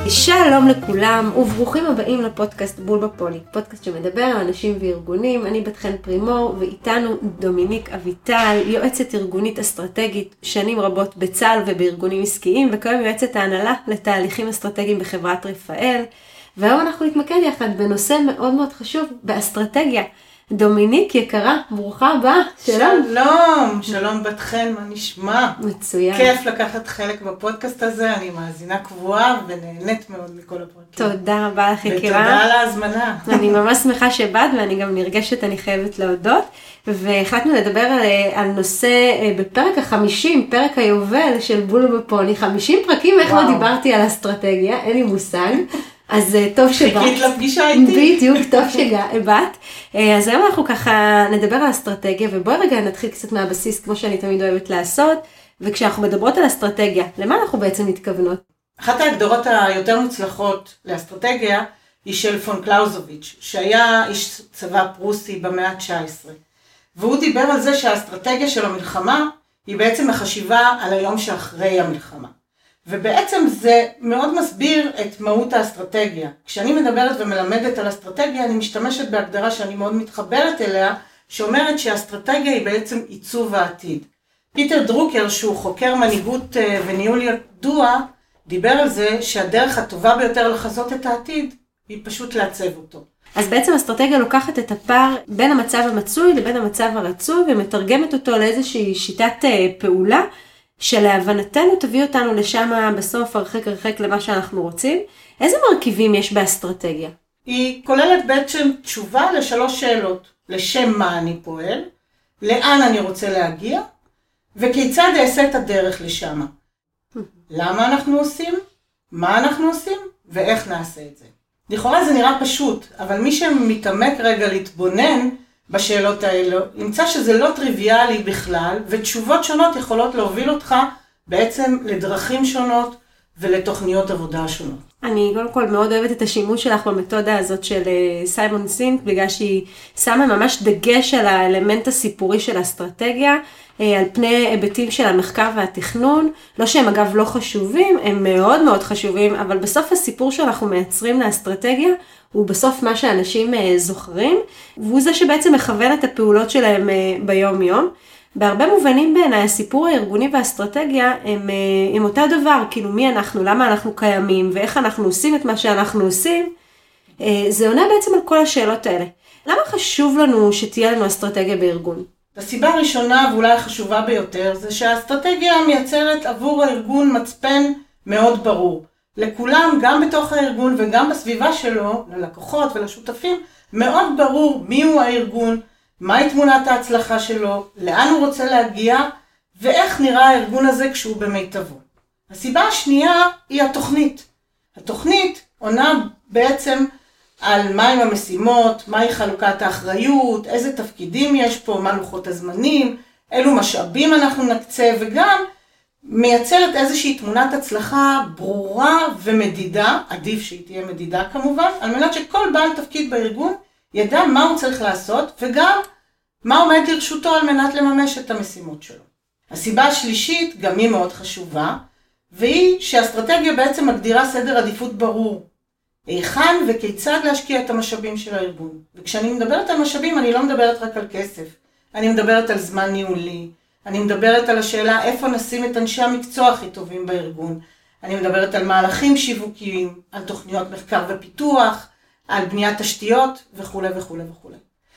שלום לכולם וברוכים הבאים לפודקאסט בול בפולי, פודקאסט שמדבר על אנשים וארגונים. אני בת חן פרימור ואיתנו דומיניק אביטל, יועצת ארגונית אסטרטגית שנים רבות בצה"ל ובארגונים עסקיים, וכיום יועצת ההנהלה לתהליכים אסטרטגיים בחברת רפאל. והיום אנחנו נתמקד יחד בנושא מאוד מאוד חשוב, באסטרטגיה. דומיניק יקרה, ברוכה הבאה. שלום, שלום בת חן, מה נשמע? מצוין. כיף לקחת חלק בפודקאסט הזה, אני מאזינה קבועה ונהנית מאוד מכל הפרקים. תודה רבה לך יקרה. ותודה על ההזמנה. אני ממש שמחה שבאת ואני גם נרגשת, אני חייבת להודות. והחלטנו לדבר על נושא בפרק ה-50, פרק היובל של בול בפולי, 50 פרקים, איך לא דיברתי על אסטרטגיה, אין לי מושג. אז טוב שבאת. חיכית לפגישה איתי. בדיוק, טוב שבאת. אז היום אנחנו ככה נדבר על אסטרטגיה, ובואי רגע נתחיל קצת מהבסיס, כמו שאני תמיד אוהבת לעשות. וכשאנחנו מדברות על אסטרטגיה, למה אנחנו בעצם מתכוונות? אחת ההגדרות היותר מוצלחות לאסטרטגיה היא של פון קלאוזוביץ', שהיה איש צבא פרוסי במאה ה-19. והוא דיבר על זה שהאסטרטגיה של המלחמה היא בעצם החשיבה על היום שאחרי המלחמה. ובעצם זה מאוד מסביר את מהות האסטרטגיה. כשאני מדברת ומלמדת על אסטרטגיה, אני משתמשת בהגדרה שאני מאוד מתחברת אליה, שאומרת שהאסטרטגיה היא בעצם עיצוב העתיד. פיטר דרוקר, שהוא חוקר מנהיגות וניהול ידוע, דיבר על זה שהדרך הטובה ביותר לחזות את העתיד היא פשוט לעצב אותו. אז בעצם אסטרטגיה לוקחת את הפער בין המצב המצוי לבין המצב הרצוי, ומתרגמת אותו לאיזושהי שיטת פעולה, שלהבנתנו תביא אותנו לשם בסוף הרחק למה שאנחנו רוצים. איזה מרכיבים יש באסטרטגיה? היא כוללת בעצם תשובה לשלוש שאלות. לשם מה אני פועל, לאן אני רוצה להגיע, וכיצד אעשה את הדרך לשם. למה אנחנו עושים, מה אנחנו עושים, ואיך נעשה את זה. לכאורה זה נראה פשוט, אבל מי שמתעמק רגע להתבונן בשאלות האלו, ימצא שזה לא טריוויאלי בכלל, ותשובות שונות יכולות להוביל אותך בעצם לדרכים שונות ולתוכניות עבודה שונות. אני קודם כל מאוד אוהבת את השימוש שלך במתודה הזאת של סיימון סינק, בגלל שהיא שמה ממש דגש על האלמנט הסיפורי של האסטרטגיה, על פני היבטים של המחקר והתכנון. לא שהם אגב לא חשובים, הם מאוד מאוד חשובים, אבל בסוף הסיפור שאנחנו מייצרים לאסטרטגיה, הוא בסוף מה שאנשים זוכרים, והוא זה שבעצם מכוון את הפעולות שלהם ביום יום. בהרבה מובנים בעיניי, הסיפור הארגוני והאסטרטגיה הם אותה דבר, כאילו מי אנחנו, למה אנחנו קיימים, ואיך אנחנו עושים את מה שאנחנו עושים. זה עונה בעצם על כל השאלות האלה. למה חשוב לנו שתהיה לנו אסטרטגיה בארגון? הסיבה הראשונה ואולי החשובה ביותר, זה שהאסטרטגיה מייצרת עבור הארגון מצפן מאוד ברור. לכולם, גם בתוך הארגון וגם בסביבה שלו, ללקוחות ולשותפים, מאוד ברור מיהו הארגון, מהי תמונת ההצלחה שלו, לאן הוא רוצה להגיע, ואיך נראה הארגון הזה כשהוא במיטבו. הסיבה השנייה היא התוכנית. התוכנית עונה בעצם על מהי המשימות, מהי חלוקת האחריות, איזה תפקידים יש פה, מה לוחות הזמנים, אילו משאבים אנחנו נקצה, וגם מייצרת איזושהי תמונת הצלחה ברורה ומדידה, עדיף שהיא תהיה מדידה כמובן, על מנת שכל בעל תפקיד בארגון ידע מה הוא צריך לעשות, וגם מה עומד לרשותו על מנת לממש את המשימות שלו. הסיבה השלישית, גם היא מאוד חשובה, והיא שהאסטרטגיה בעצם מגדירה סדר עדיפות ברור. היכן וכיצד להשקיע את המשאבים של הארגון. וכשאני מדברת על משאבים, אני לא מדברת רק על כסף. אני מדברת על זמן ניהולי. אני מדברת על השאלה איפה נשים את אנשי המקצוע הכי טובים בארגון. אני מדברת על מהלכים שיווקיים, על תוכניות מחקר ופיתוח, על בניית תשתיות וכו' וכו' וכו'.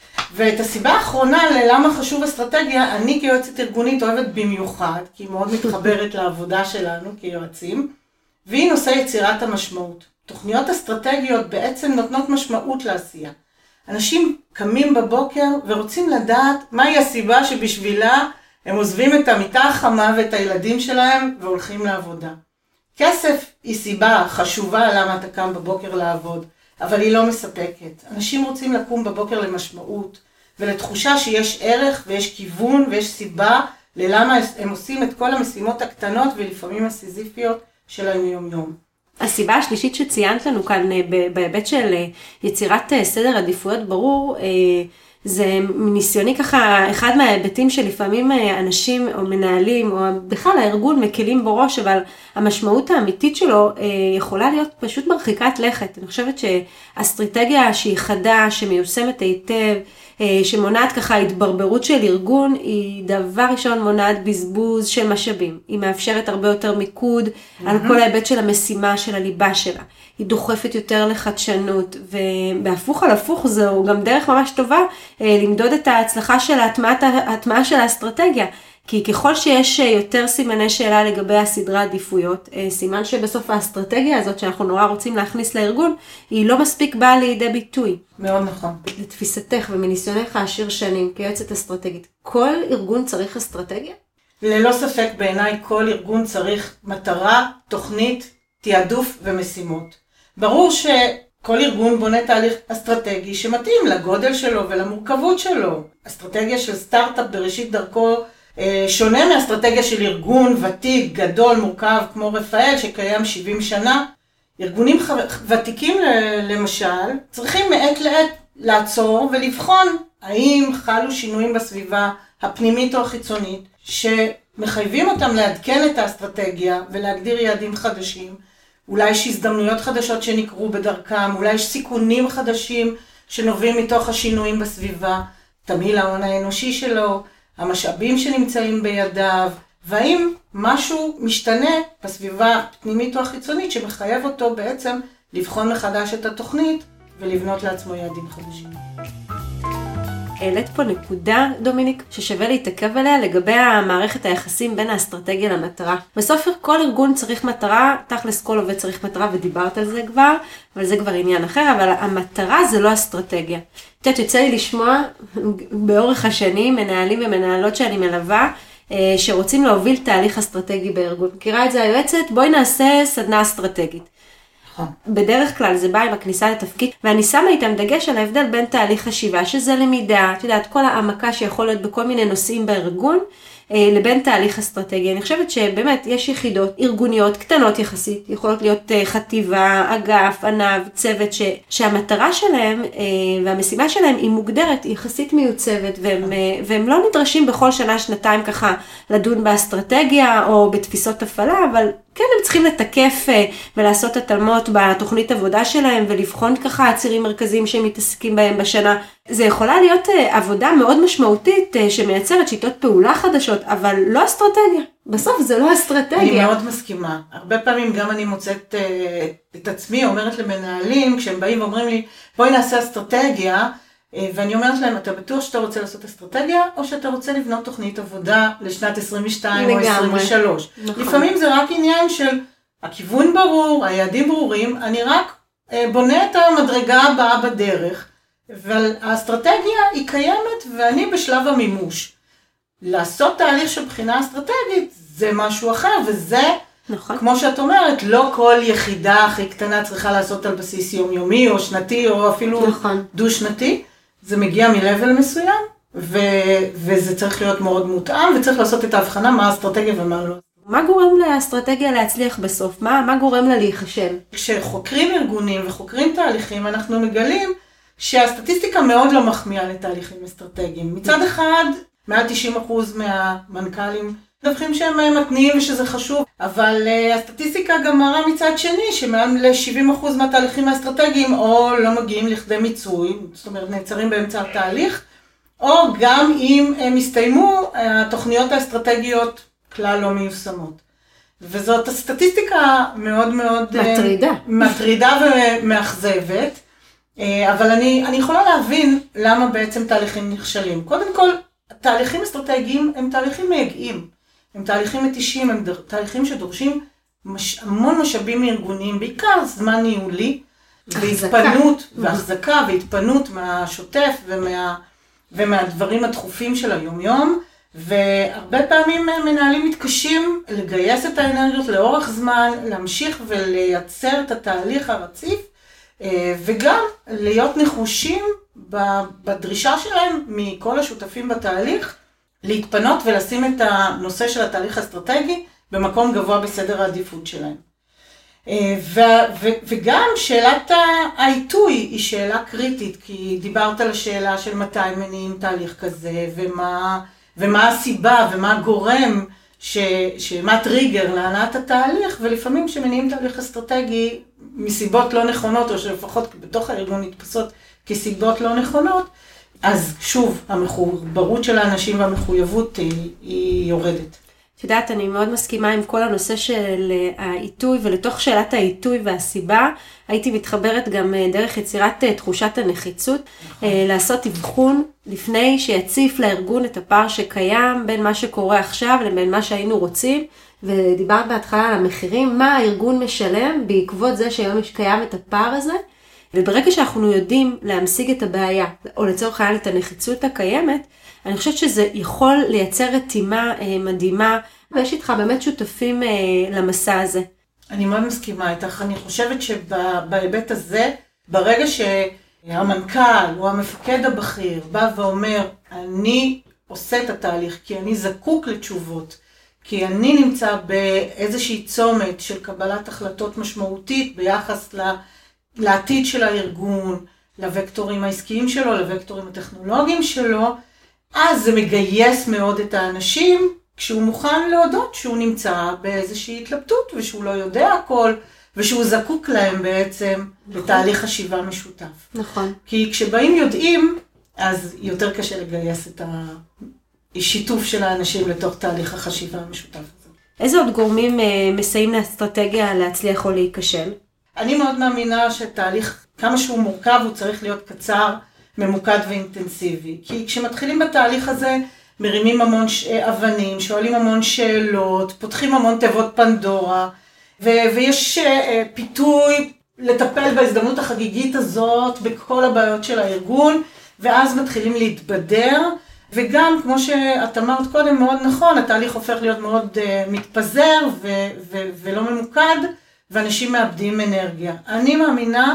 ואת הסיבה האחרונה ללמה חשוב אסטרטגיה, אני כיועצת ארגונית אוהבת במיוחד, כי היא מאוד מתחברת לעבודה שלנו כיועצים, והיא נושא יצירת המשמעות. תוכניות אסטרטגיות בעצם נותנות משמעות לעשייה. אנשים קמים בבוקר ורוצים לדעת מהי הסיבה שבשבילה הם עוזבים את המיטה החמה ואת הילדים שלהם והולכים לעבודה. כסף היא סיבה חשובה למה אתה קם בבוקר לעבוד, אבל היא לא מספקת. אנשים רוצים לקום בבוקר למשמעות ולתחושה שיש ערך ויש כיוון ויש סיבה ללמה הם עושים את כל המשימות הקטנות ולפעמים הסיזיפיות של היום-יום. הסיבה השלישית שציינת לנו כאן בהיבט של יצירת סדר עדיפויות ברור, זה מניסיוני ככה, אחד מההיבטים שלפעמים אנשים או מנהלים או בכלל הארגון מקלים בו ראש, אבל המשמעות האמיתית שלו יכולה להיות פשוט מרחיקת לכת. אני חושבת שהאסטרטגיה שהיא חדה, שמיושמת היטב, שמונעת ככה התברברות של ארגון, היא דבר ראשון מונעת בזבוז של משאבים. היא מאפשרת הרבה יותר מיקוד על כל ההיבט של המשימה, של הליבה שלה. היא דוחפת יותר לחדשנות, ובהפוך על הפוך זהו גם דרך ממש טובה למדוד את ההצלחה של ההטמעה של האסטרטגיה. כי ככל שיש יותר סימני שאלה לגבי הסדרה עדיפויות, סימן שבסוף האסטרטגיה הזאת שאנחנו נורא רוצים להכניס לארגון, היא לא מספיק באה לידי ביטוי. מאוד נכון. לתפיסתך ומניסיונך העשיר שנים כיועצת אסטרטגית, כל ארגון צריך אסטרטגיה? ללא ספק בעיניי כל ארגון צריך מטרה, תוכנית, תעדוף ומשימות. ברור שכל ארגון בונה תהליך אסטרטגי שמתאים לגודל שלו ולמורכבות שלו. אסטרטגיה של סטארט-אפ בראשית דרכו שונה מאסטרטגיה של ארגון ותיק, גדול, מורכב כמו רפאל שקיים 70 שנה. ארגונים ותיקים למשל צריכים מעת לעת לעצור ולבחון האם חלו שינויים בסביבה הפנימית או החיצונית שמחייבים אותם לעדכן את האסטרטגיה ולהגדיר יעדים חדשים. אולי יש הזדמנויות חדשות שנקרו בדרכם, אולי יש סיכונים חדשים שנובעים מתוך השינויים בסביבה, תמהיל ההון האנושי שלו, המשאבים שנמצאים בידיו, והאם משהו משתנה בסביבה הפנימית או החיצונית שמחייב אותו בעצם לבחון מחדש את התוכנית ולבנות לעצמו יעדים חדשים. העלית פה נקודה, דומיניק, ששווה להתעכב עליה לגבי המערכת היחסים בין האסטרטגיה למטרה. בסוף כל ארגון צריך מטרה, תכלס כל עובד צריך מטרה, ודיברת על זה כבר, אבל זה כבר עניין אחר, אבל המטרה זה לא אסטרטגיה. יוצא לי לשמוע באורך השנים מנהלים ומנהלות שאני מלווה, שרוצים להוביל תהליך אסטרטגי בארגון. מכירה את זה היועצת, בואי נעשה סדנה אסטרטגית. בדרך כלל זה בא עם הכניסה לתפקיד, ואני שמה איתם דגש על ההבדל בין תהליך חשיבה, שזה למידה, את יודעת, כל העמקה שיכול להיות בכל מיני נושאים בארגון, לבין תהליך אסטרטגי. אני חושבת שבאמת יש יחידות ארגוניות קטנות יחסית, יכולות להיות חטיבה, אגף, ענב, צוות, שהמטרה שלהם והמשימה שלהם היא מוגדרת, היא יחסית מיוצבת, והם לא נדרשים בכל שנה, שנתיים ככה לדון באסטרטגיה או בתפיסות הפעלה, אבל כן הם צריכים לתקף ולעשות התאמות בתוכנית עבודה שלהם, ולבחון ככה הצירים מרכזיים שהם מתעסקים בהם בשנה. זה יכולה להיות עבודה מאוד משמעותית שמייצרת שיטות פעולה חדשות, אבל לא אסטרטגיה. בסוף זה לא אסטרטגיה. אני מאוד מסכימה. הרבה פעמים גם אני מוצאת את עצמי, אומרת למנהלים, כשהם באים ואומרים לי, בואי נעשה אסטרטגיה, ואני אומרת להם, אתה בטוח שאתה רוצה לעשות אסטרטגיה, או שאתה רוצה לבנות תוכנית עבודה לשנת 22 או 23. נכון. לפעמים זה רק עניין של הכיוון ברור, היעדים ברורים, אני רק בונה את המדרגה הבאה בדרך, אבל האסטרטגיה היא קיימת ואני בשלב המימוש. לעשות תהליך של בחינה אסטרטגית זה משהו אחר, וזה, נכון. כמו שאת אומרת, לא כל יחידה הכי קטנה צריכה לעשות על בסיס יומיומי או שנתי או אפילו נכון. דו-שנתי. זה מגיע מלבל מסוים, וזה צריך להיות מאוד מותאם, וצריך לעשות את ההבחנה מה האסטרטגיה ומה לא. מה גורם לאסטרטגיה להצליח בסוף? מה גורם לה להיחשב? כשחוקרים ארגונים וחוקרים תהליכים, אנחנו מגלים שהסטטיסטיקה מאוד לא מחמיאה לתהליכים אסטרטגיים. מצד אחד, מעל 90% מהמנכ"לים מדווחים שהם מתניעים ושזה חשוב, אבל הסטטיסטיקה גם מראה מצד שני שמעל ל-70% מהתהליכים האסטרטגיים או לא מגיעים לכדי מיצוי, זאת אומרת נעצרים באמצע התהליך, או גם אם הם הסתיימו, התוכניות האסטרטגיות כלל לא מיושמות. וזאת הסטטיסטיקה מאוד מאוד מטרידה ומאכזבת, אבל אני יכולה להבין למה בעצם תהליכים נכשלים. קודם כל, תהליכים אסטרטגיים הם תהליכים מייגעים. הם תהליכים מתישים, הם תהליכים שדורשים המון משאבים מארגונים, בעיקר זמן ניהולי, והתפנות, והחזקה, והתפנות מהשוטף ומהדברים הדחופים של היום-יום, והרבה פעמים מנהלים מתקשים לגייס את האנרגיות לאורך זמן, להמשיך ולייצר את התהליך הרציף, וגם להיות נחושים בדרישה שלהם מכל השותפים בתהליך, להתפנות ולשים את הנושא של התהליך האסטרטגי במקום גבוה בסדר העדיפות שלהם. וגם שאלת העיתוי היא שאלה קריטית, כי דיברת על השאלה של מתי מניעים תהליך כזה, ומה הסיבה ומה הגורם, מה טריגר להנעת התהליך, ולפעמים כשמניעים תהליך אסטרטגי מסיבות לא נכונות, או שלפחות בתוך הארגון נתפסות כסיבות לא נכונות, אז שוב, המחוברות של האנשים והמחויבות היא יורדת. את יודעת, אני מאוד מסכימה עם כל הנושא של העיתוי, ולתוך שאלת העיתוי והסיבה, הייתי מתחברת גם דרך יצירת תחושת הנחיצות, לעשות אבחון לפני שיציף לארגון את הפער שקיים בין מה שקורה עכשיו לבין מה שהיינו רוצים, ודיברת בהתחלה על המחירים, מה הארגון משלם בעקבות זה שהיום קיים את הפער הזה, וברגע שאנחנו יודעים להמשיג את הבעיה, או לצורך העניין את הנחיצות הקיימת, אני חושבת שזה יכול לייצר רתימה מדהימה, ויש איתך באמת שותפים למסע הזה. אני מאוד מסכימה איתך, אני חושבת שבהיבט הזה, ברגע שהמנכ"ל או המפקד הבכיר בא ואומר, אני עושה את התהליך כי אני זקוק לתשובות, כי אני נמצא באיזושהי צומת של קבלת החלטות משמעותית ביחס לעתיד של הארגון, לווקטורים העסקיים שלו, לווקטורים הטכנולוגיים שלו, אז זה מגייס מאוד את האנשים, כשהוא מוכן להודות שהוא נמצא באיזושהי התלבטות, ושהוא לא יודע הכל, ושהוא זקוק להם בעצם בתהליך חשיבה משותף. נכון. כי כשבאים יודעים, אז יותר קשה לגייס את השיתוף של האנשים לתוך תהליך החשיבה המשותף הזה. איזה עוד גורמים מסייעים לאסטרטגיה להצליח או להיכשל? אני מאוד מאמינה שתהליך, כמה שהוא מורכב, הוא צריך להיות קצר, ממוקד ואינטנסיבי. כי כשמתחילים בתהליך הזה, מרימים המון אבנים, שואלים המון שאלות, פותחים המון תיבות פנדורה, ויש פיתוי לטפל בהזדמנות החגיגית הזאת בכל הבעיות של הארגון, ואז מתחילים להתבדר, וגם כמו שאת אמרת קודם מאוד נכון, התהליך הופך להיות מאוד מתפזר ולא ממוקד, ואנשים מאבדים אנרגיה. אני מאמינה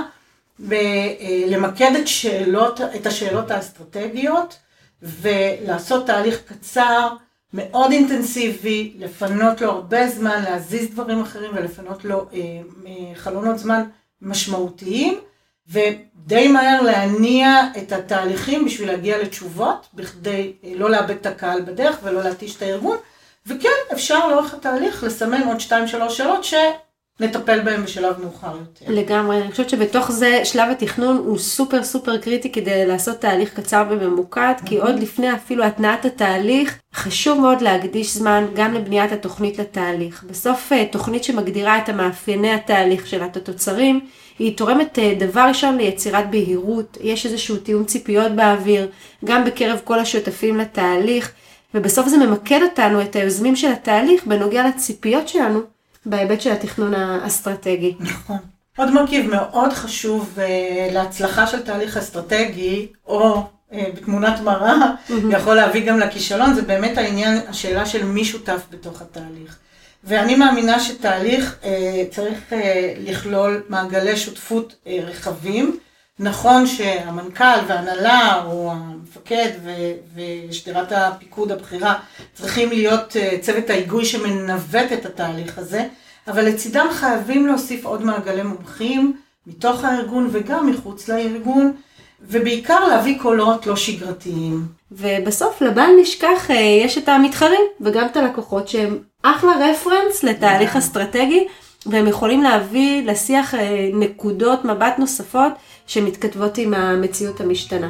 למקד את השאלות האסטרטגיות, ולעשות תהליך קצר, מאוד אינטנסיבי, לפנות לו הרבה זמן, להזיז דברים אחרים ולפנות לו חלונות זמן משמעותיים, ודי מהר להניע את התהליכים בשביל להגיע לתשובות, בכדי לא לאבד את הקהל בדרך ולא להתיש את הארגון, וכן אפשר לאורך התהליך לסמן עוד 2-3 שאלות נטפל בהם בשלב מאוחר יותר. לגמרי, אני חושבת שבתוך זה שלב התכנון הוא סופר סופר קריטי כדי לעשות תהליך קצר וממוקד, כי עוד לפני אפילו התנעת התהליך, חשוב מאוד להקדיש זמן גם לבניית התוכנית לתהליך. בסוף תוכנית שמגדירה את המאפייני התהליך שלה, את התוצרים, היא תורמת דבר ראשון ליצירת בהירות, יש איזשהו תיאום ציפיות באוויר, גם בקרב כל השותפים לתהליך, ובסוף זה ממקד אותנו, את היוזמים של התהליך, בנוגע לציפיות שלנו, בהיבט של התכנון האסטרטגי. נכון. עוד מרכיב מאוד חשוב להצלחה של תהליך אסטרטגי, או בתמונת מראה, יכול להביא גם לכישלון, זה באמת השאלה של מי שותף בתוך התהליך. ואני מאמינה שתהליך צריך לכלול מעגלי שותפות רחבים. נכון שהמנכ"ל וההנהלה או המפקד ושדרת הפיקוד הבכירה צריכים להיות צוות ההיגוי שמנווט את התהליך הזה, אבל לצידם חייבים להוסיף עוד מעגלי מומחים מתוך הארגון וגם מחוץ לארגון, ובעיקר להביא קולות לא שגרתיים. ובסוף לבל נשכח יש את המתחרים וגם את הלקוחות שהם אחלה רפרנס לתהליך אסטרטגי, והם יכולים להביא לשיח נקודות מבט נוספות שמתכתבות עם המציאות המשתנה.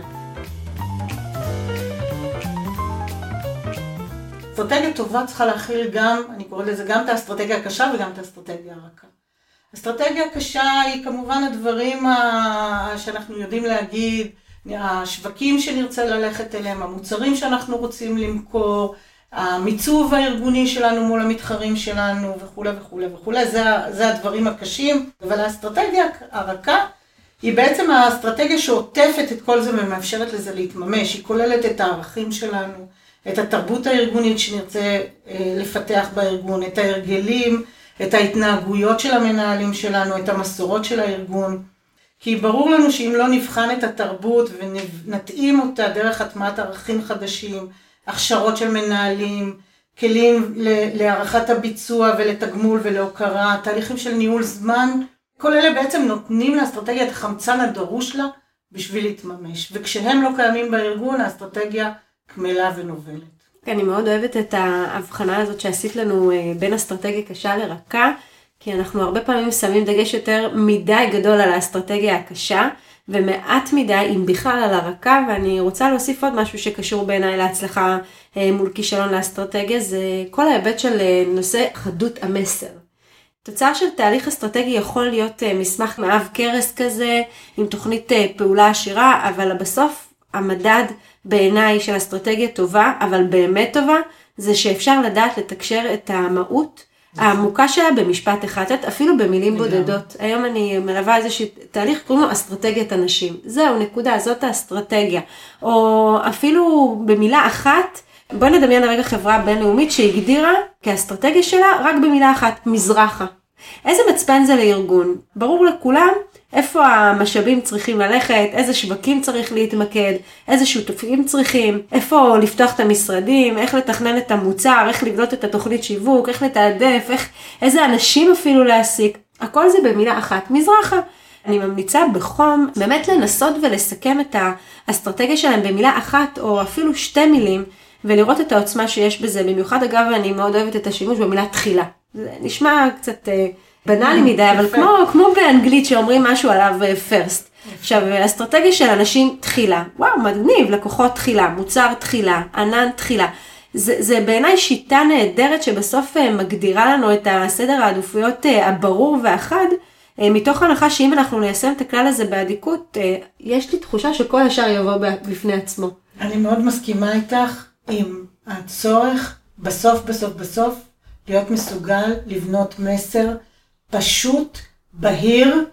אסטרטגיה טובה צריכה להכיל גם, אני קוראת לזה גם את האסטרטגיה הקשה וגם את האסטרטגיה הרכה. אסטרטגיה הקשה היא כמובן הדברים שאנחנו יודעים להגיד, השווקים שנרצה ללכת אליהם, המוצרים שאנחנו רוצים למכור, המיצוב הארגוני שלנו מול המתחרים שלנו וכו' וכו' וכו'. זה הדברים הקשים, אבל האסטרטגיה הרכה היא בעצם האסטרטגיה שעוטפת את כל זה ומאפשרת לזה להתממש. היא כוללת את הערכים שלנו, את התרבות הארגונית שנרצה לפתח בארגון, את ההרגלים, את ההתנהגויות של המנהלים שלנו, את המסורות של הארגון. כי ברור לנו שאם לא נבחן את התרבות ונתאים אותה דרך הטמעת ערכים חדשים, הכשרות של מנהלים, כלים להערכת הביצוע ולתגמול ולהוקרה, תהליכים של ניהול זמן, כל אלה בעצם נותנים לאסטרטגיה את החמצן הדרוש לה בשביל להתממש. וכשהם לא קיימים בארגון, האסטרטגיה קמלה ונובלת. אני מאוד אוהבת את ההבחנה הזאת שעשית לנו בין אסטרטגיה קשה לרכה, כי אנחנו הרבה פעמים שמים דגש יותר מדי גדול על האסטרטגיה הקשה, ומעט מדי, אם בכלל, על הרכה, ואני רוצה להוסיף עוד משהו שקשור בעיניי להצלחה מול כישלון לאסטרטגיה, זה כל ההיבט של נושא חדות המסר. תוצר של תהליך אסטרטגי יכול להיות מסמך מעב קרס כזה, עם תוכנית פעולה עשירה, אבל בסוף המדד בעיניי של אסטרטגיה טובה, אבל באמת טובה, זה שאפשר לדעת לתקשר את המהות העמוקה שלה במשפט אחד, אפילו במילים בודדות. היום אני מלווה איזשהו תהליך, קוראים לו אסטרטגיית אנשים. זהו, נקודה, זאת האסטרטגיה. או אפילו במילה אחת, בואי נדמיין לרגע חברה בינלאומית שהגדירה כאסטרטגיה שלה רק במילה אחת, מזרחה. איזה מצפן זה לארגון? ברור לכולם איפה המשאבים צריכים ללכת, איזה שווקים צריך להתמקד, איזה שותפים צריכים, איפה לפתוח את המשרדים, איך לתכנן את המוצר, איך לבנות את התוכנית שיווק, איך לתעדף, איזה אנשים אפילו להעסיק. הכל זה במילה אחת, מזרחה. אני ממליצה בחום באמת לנסות ולסכם את האסטרטגיה שלהם במילה אחת או אפילו שתי מילים, ולראות את העוצמה שיש בזה. במיוחד אגב, אני מאוד אוהבת את השימוש במילה תחילה. זה נשמע קצת בנאלי מדי, אבל כמו באנגלית שאומרים משהו עליו first. עכשיו, אסטרטגיה של אנשים תחילה. וואו, מגניב, לקוחות תחילה, מוצר תחילה, ענן תחילה. זה בעיניי שיטה נהדרת שבסוף מגדירה לנו את הסדר העדיפויות הברור והחד, מתוך הנחה שאם אנחנו ניישם את הכלל הזה בעדיקות, יש לי תחושה שכל השאר יבוא בפני עצמו. אני מאוד מסכימה איתך עם הצורך בסוף להיות מסוגל לבנות מסר פשוט, בהיר,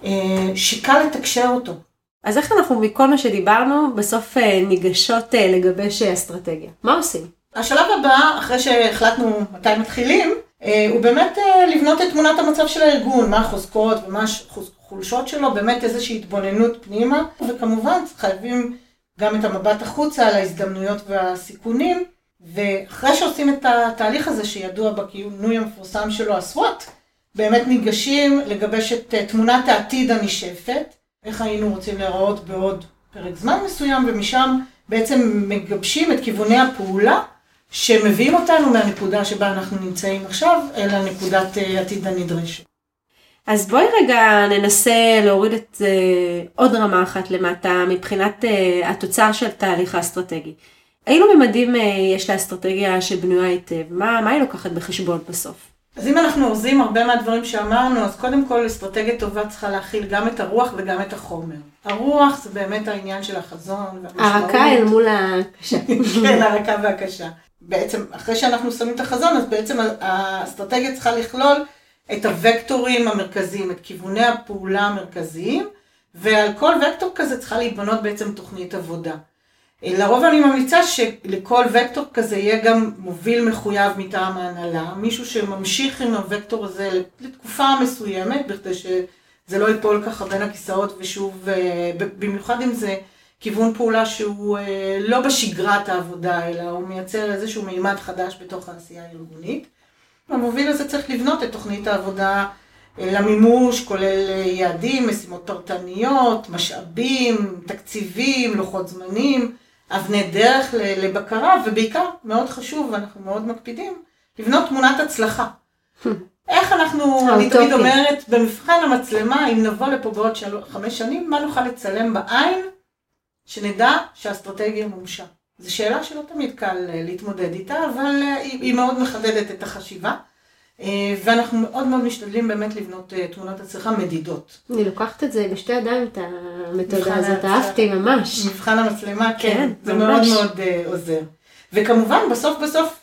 שקל לתקשר אותו. אז איך אנחנו מכל מה שדיברנו בסוף ניגשות לגבש אסטרטגיה? מה עושים? השלב הבא, אחרי שהחלטנו מתי מתחילים, הוא באמת לבנות את תמונת המצב של הארגון, מה החוזקות ומה החולשות שלו, באמת איזושהי התבוננות פנימה, וכמובן חייבים גם את המבט החוצה על ההזדמנויות והסיכונים, ואחרי שעושים את התהליך הזה שידוע בכינוי המפורסם שלו, הסוואט, באמת ניגשים לגבש את תמונת העתיד הנשאפת, איך היינו רוצים להיראות בעוד פרק זמן מסוים, ומשם בעצם מגבשים את כיווני הפעולה, שמביאים אותנו מהנקודה שבה אנחנו נמצאים עכשיו, אל הנקודת העתיד הנדרשת. אז בואי רגע ננסה להוריד את זה עוד רמה אחת למטה, מבחינת התוצר של תהליך האסטרטגי. אילו ממדים יש לאסטרטגיה שבנויה היטב? מה היא לוקחת בחשבון בסוף? אז אם אנחנו אורזים הרבה מהדברים שאמרנו, אז קודם כל אסטרטגיה טובה צריכה להכיל גם את הרוח וגם את החומר. הרוח זה באמת העניין של החזון והמשמעות. הרכה אל מול הקשה. כן, הרכה והקשה. בעצם אחרי שאנחנו שמים את החזון, אז בעצם האסטרטגיה צריכה לכלול את הוקטורים המרכזיים, את כיווני הפעולה המרכזיים, ועל כל וקטור כזה צריכה להתבנות בעצם תוכנית עבודה. לרוב אני ממליצה שלכל וקטור כזה יהיה גם מוביל מחויב מטעם ההנהלה, מישהו שממשיך עם הוקטור הזה לתקופה מסוימת, בכדי שזה לא ייפול ככה בין הכיסאות ושוב, במיוחד אם זה כיוון פעולה שהוא לא בשגרת העבודה, אלא הוא מייצר איזשהו מימד חדש בתוך העשייה הארגונית. המוביל הזה צריך לבנות את תוכנית העבודה למימוש, כולל יעדים, משימות פרטניות, משאבים, תקציבים, לוחות זמנים, אבני דרך לבקרה, ובעיקר, מאוד חשוב, ואנחנו מאוד מקפידים, לבנות תמונת הצלחה. איך אנחנו, אני תמיד אומרת, במבחן המצלמה, אם נבוא לפה בעוד 5 שנים, מה נוכל לצלם בעין, שנדע שהאסטרטגיה מומשה. זו שאלה שלא תמיד קל להתמודד איתה, אבל היא מאוד מחדדת את החשיבה. ואנחנו מאוד מאוד משתדלים באמת לבנות תמונות הצלחה מדידות. אני לוקחת את זה בשתי ידיים, את המתודה הזאת, אהבתי ממש. מבחן המצלמה, כן, זה מאוד מאוד עוזר. וכמובן, בסוף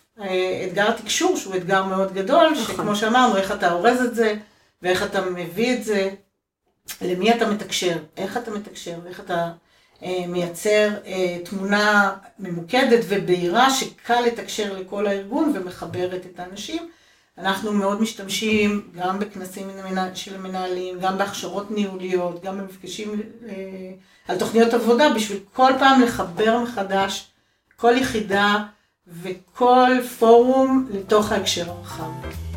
אתגר התקשור, שהוא אתגר מאוד גדול, שכמו שאמרנו, איך אתה אורז את זה, ואיך אתה מביא את זה, למי אתה מתקשר, איך אתה מתקשר, ואיך אתה מייצר תמונה ממוקדת ובהירה, שקל לתקשר לכל הארגון ומחברת את האנשים. אנחנו מאוד משתמשים גם בכנסים של מנהלים, גם בהכשרות ניהוליות, גם במפגשים על תוכניות עבודה, בשביל כל פעם לחבר מחדש כל יחידה וכל פורום לתוך ההקשר הרחב.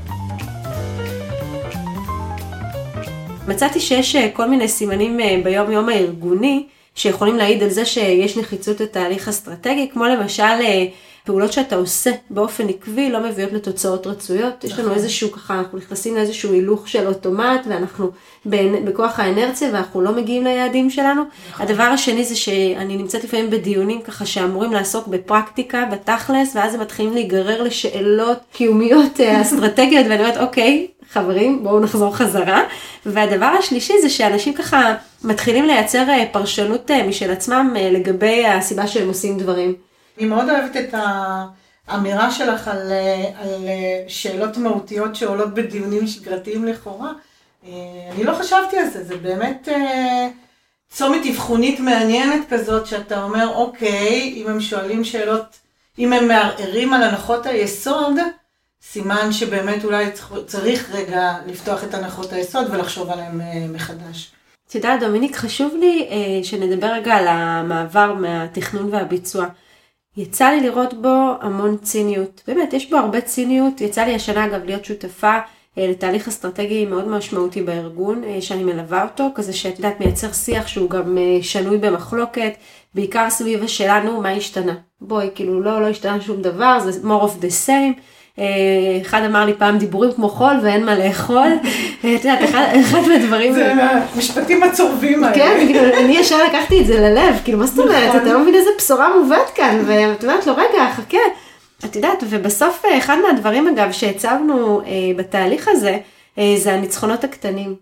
מצאתי שיש כל מיני סימנים ביום יום הארגוני שיכולים להעיד על זה שיש נחיצות לתהליך אסטרטגי, כמו למשל פעולות שאתה עושה באופן עקבי לא מביאות לתוצאות רצויות. יש לנו איזשהו ככה, אנחנו נכנסים לאיזשהו הילוך של אוטומט, ואנחנו בכוח האנרציה ואנחנו לא מגיעים ליעדים שלנו. הדבר השני זה שאני נמצאת לפעמים בדיונים ככה שאמורים לעסוק בפרקטיקה, בתכלס, ואז הם מתחילים להיגרר לשאלות קיומיות אסטרטגיות, ואני אומרת, אוקיי, חברים, בואו נחזור חזרה. והדבר השלישי זה שאנשים ככה מתחילים לייצר פרשנות משל עצמם לגבי הסיבה שהם עושים דברים. אני מאוד אוהבת את האמירה שלך על שאלות מהותיות שעולות בדיונים שגרתיים לכאורה. אני לא חשבתי על זה, זה באמת צומת אבחונית מעניינת כזאת, שאתה אומר, אוקיי, אם הם שואלים שאלות, אם הם מערערים על הנחות היסוד, סימן שבאמת אולי צריך רגע לפתוח את הנחות היסוד ולחשוב עליהם מחדש. תדע, דומיניק, חשוב לי שנדבר רגע על המעבר מהתכנון והביצוע. יצא לי לראות בו המון ציניות. באמת, יש בו הרבה ציניות. יצא לי השנה, אגב, להיות שותפה לתהליך אסטרטגי מאוד משמעותי בארגון, שאני מלווה אותו, כזה שאת יודעת, מייצר שיח שהוא גם שנוי במחלוקת, בעיקר סביב השאלה, מה השתנה? בואי, כאילו, לא השתנה שום דבר, זה more of the same. אחד אמר לי פעם דיבורים כמו חול ואין מה לאכול. את יודעת, אחד מהדברים... זה המשפטים הצורבים האלה. כן, אני ישר לקחתי את זה ללב, כאילו מה זאת אומרת, אתה לא מבין איזה בשורה מובאת כאן, ואת אומרת לו, רגע, חכה. את יודעת, ובסוף אחד מהדברים אגב שהצבנו בתהליך הזה, זה הניצחונות הקטנים,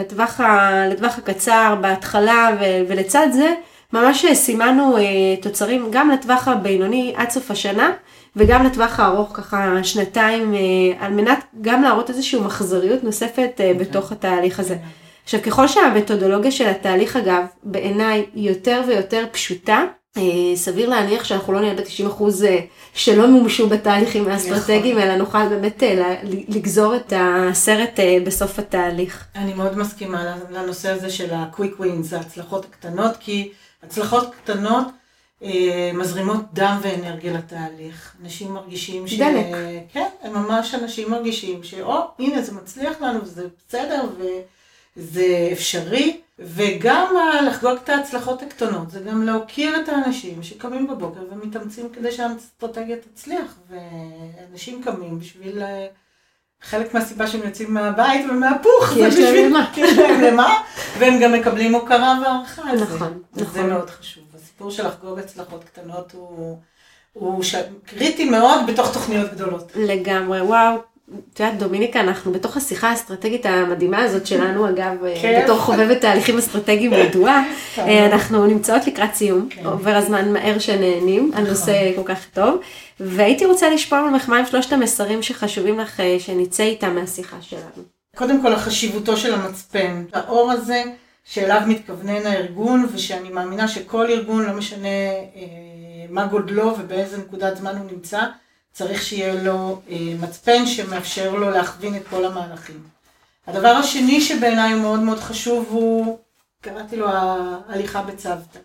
לטווח הקצר, בהתחלה, ולצד זה ממש סימנו תוצרים גם לטווח הבינוני עד סוף השנה, וגם לטווח הארוך ככה שנתיים, על מנת גם להראות איזושהי מחזריות נוספת בתוך התהליך הזה. עכשיו, ככל שהמתודולוגיה של התהליך אגב, בעיניי יותר ויותר פשוטה, סביר להניח שאנחנו לא נהיה ב-90% שלא מומשו בתהליכים האסטרטגיים, אלא נוכל באמת לגזור את הסרט בסוף התהליך. אני מאוד מסכימה לנושא הזה של ה-quick wins, ההצלחות הקטנות, כי הצלחות קטנות מזרימות דם ואנרגיה לתהליך. אנשים מרגישים דלק. כן, הם ממש אנשים מרגישים הנה זה מצליח לנו, זה בסדר וזה אפשרי. וגם לחגוג את ההצלחות הקטנות, זה גם להוקיר את האנשים שקמים בבוקר ומתאמצים כדי שהאסטרטגיה תצליח. ואנשים קמים בשביל חלק מהסיבה שהם יוצאים מהבית ומהפוך. כי יש להם למה. כי יש להם למה, והם גם מקבלים הוקרה והערכה על זה. נכון. זה מאוד חשוב. הסיפור של לחגוג הצלחות קטנות הוא קריטי מאוד בתוך תוכניות גדולות. לגמרי, וואו. את יודעת, דומיניקה, אנחנו בתוך השיחה האסטרטגית המדהימה הזאת שלנו, אגב, בתור חובבת תהליכים אסטרטגיים מדועה, אנחנו נמצאות לקראת סיום, עובר הזמן מהר שנהנים, הנושא כל כך טוב, והייתי רוצה לשפוע ממך מהם 3 המסרים שחשובים לך שנצא איתם מהשיחה שלנו. קודם כל, החשיבותו של המצפן, האור הזה שאליו מתכוונן הארגון, ושאני מאמינה שכל ארגון, לא משנה מה גודלו ובאיזה נקודת זמן הוא נמצא, צריך שיהיה לו מצפן שמאפשר לו להכווין את כל המהלכים. הדבר השני שבעיניי הוא מאוד מאוד חשוב הוא, קראתי לו ההליכה בצוותא.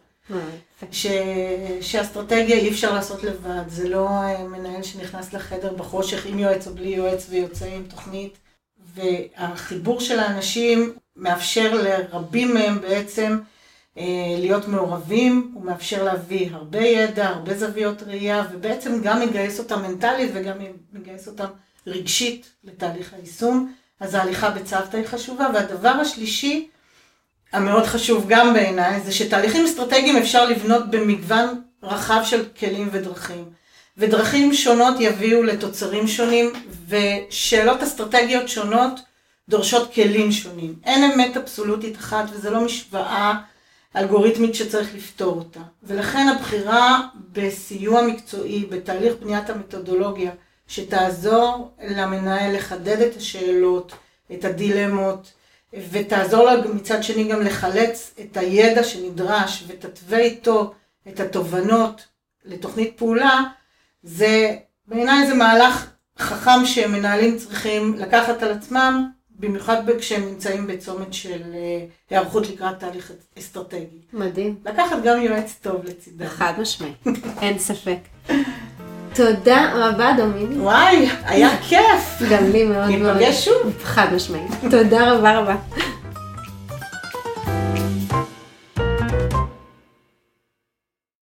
שאסטרטגיה אי אפשר לעשות לבד, זה לא מנהל שנכנס לחדר בחושך עם יועץ או בלי יועץ ויוצא עם תוכנית. והחיבור של האנשים מאפשר לרבים מהם בעצם להיות מעורבים, הוא מאפשר להביא הרבה ידע, הרבה זוויות ראייה, ובעצם גם מגייס אותם מנטלית וגם מגייס אותם רגשית לתהליך היישום. אז ההליכה בצוותא היא חשובה. והדבר השלישי, המאוד חשוב גם בעיניי, זה שתהליכים אסטרטגיים אפשר לבנות במגוון רחב של כלים ודרכים. ודרכים שונות יביאו לתוצרים שונים, ושאלות אסטרטגיות שונות דורשות כלים שונים. אין אמת אבסולוטית אחת, וזה לא משוואה אלגוריתמית שצריך לפתור אותה. ולכן הבחירה בסיוע מקצועי, בתהליך בניית המתודולוגיה, שתעזור למנהל לחדד את השאלות, את הדילמות, ותעזור לה מצד שני גם לחלץ את הידע שנדרש, ותתווה איתו את התובנות לתוכנית פעולה, בעיניי זה מהלך חכם שמנהלים צריכים לקחת על עצמם, במיוחד כשהם נמצאים בצומת של היערכות לקראת תהליך אסטרטגי. מדהים. לקחת גם יועץ טוב לצידם. חד משמעי, אין ספק. תודה רבה דומיני. וואי, היה כיף. גם לי מאוד מאוד. ניפגש שוב. חד משמעית. תודה רבה רבה.